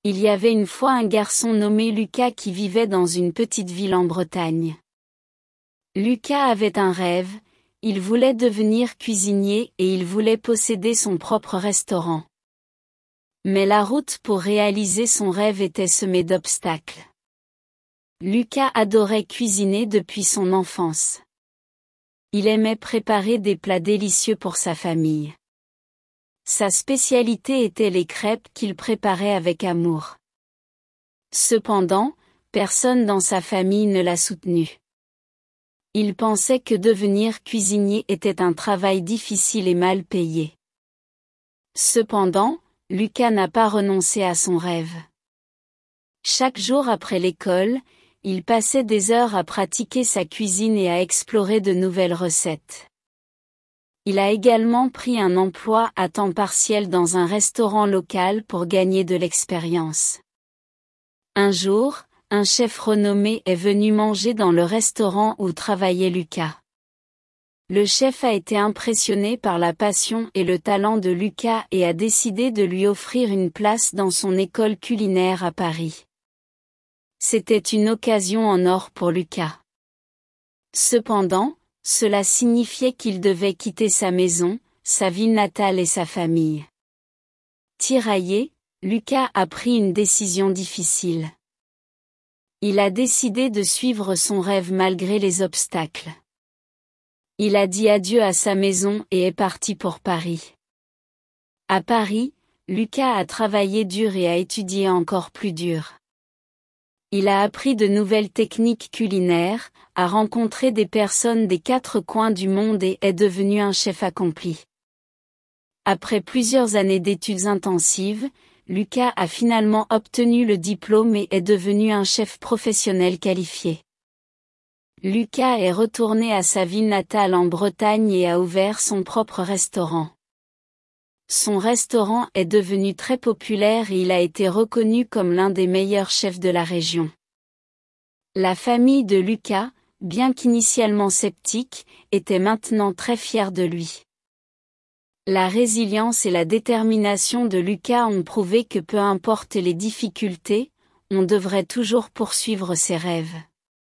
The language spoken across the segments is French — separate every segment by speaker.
Speaker 1: Il y avait une fois un garçon nommé Lucas qui vivait dans une petite ville en Bretagne. Lucas avait un rêve, il voulait devenir cuisinier et il voulait posséder son propre restaurant. Mais la route pour réaliser son rêve était semée d'obstacles. Lucas adorait cuisiner depuis son enfance. Il aimait préparer des plats délicieux pour sa famille. Sa spécialité était les crêpes qu'il préparait avec amour. Cependant, personne dans sa famille ne l'a soutenu. Il pensait que devenir cuisinier était un travail difficile et mal payé. Cependant, Lucas n'a pas renoncé à son rêve. Chaque jour après l'école, il passait des heures à pratiquer sa cuisine et à explorer de nouvelles recettes. Il a également pris un emploi à temps partiel dans un restaurant local pour gagner de l'expérience. Un jour, un chef renommé est venu manger dans le restaurant où travaillait Lucas. Le chef a été impressionné par la passion et le talent de Lucas et a décidé de lui offrir une place dans son école culinaire à Paris. C'était une occasion en or pour Lucas. Cependant, cela signifiait qu'il devait quitter sa maison, sa ville natale et sa famille. Tiraillé, Lucas a pris une décision difficile. Il a décidé de suivre son rêve malgré les obstacles. Il a dit adieu à sa maison et est parti pour Paris. À Paris, Lucas a travaillé dur et a étudié encore plus dur. Il a appris de nouvelles techniques culinaires, a rencontré des personnes des 4 coins du monde et est devenu un chef accompli. Après plusieurs années d'études intensives, Lucas a finalement obtenu le diplôme et est devenu un chef professionnel qualifié. Lucas est retourné à sa ville natale en Bretagne et a ouvert son propre restaurant. Son restaurant est devenu très populaire et il a été reconnu comme l'un des meilleurs chefs de la région. La famille de Lucas, bien qu'initialement sceptique, était maintenant très fière de lui. La résilience et la détermination de Lucas ont prouvé que peu importe les difficultés, on devrait toujours poursuivre ses rêves.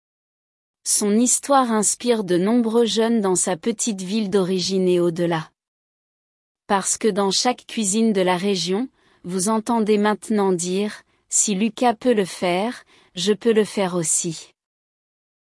Speaker 1: Son histoire inspire de nombreux jeunes dans sa petite ville d'origine et au-delà. Parce que dans chaque cuisine de la région, vous entendez maintenant dire, si Lucas peut le faire, je peux le faire aussi.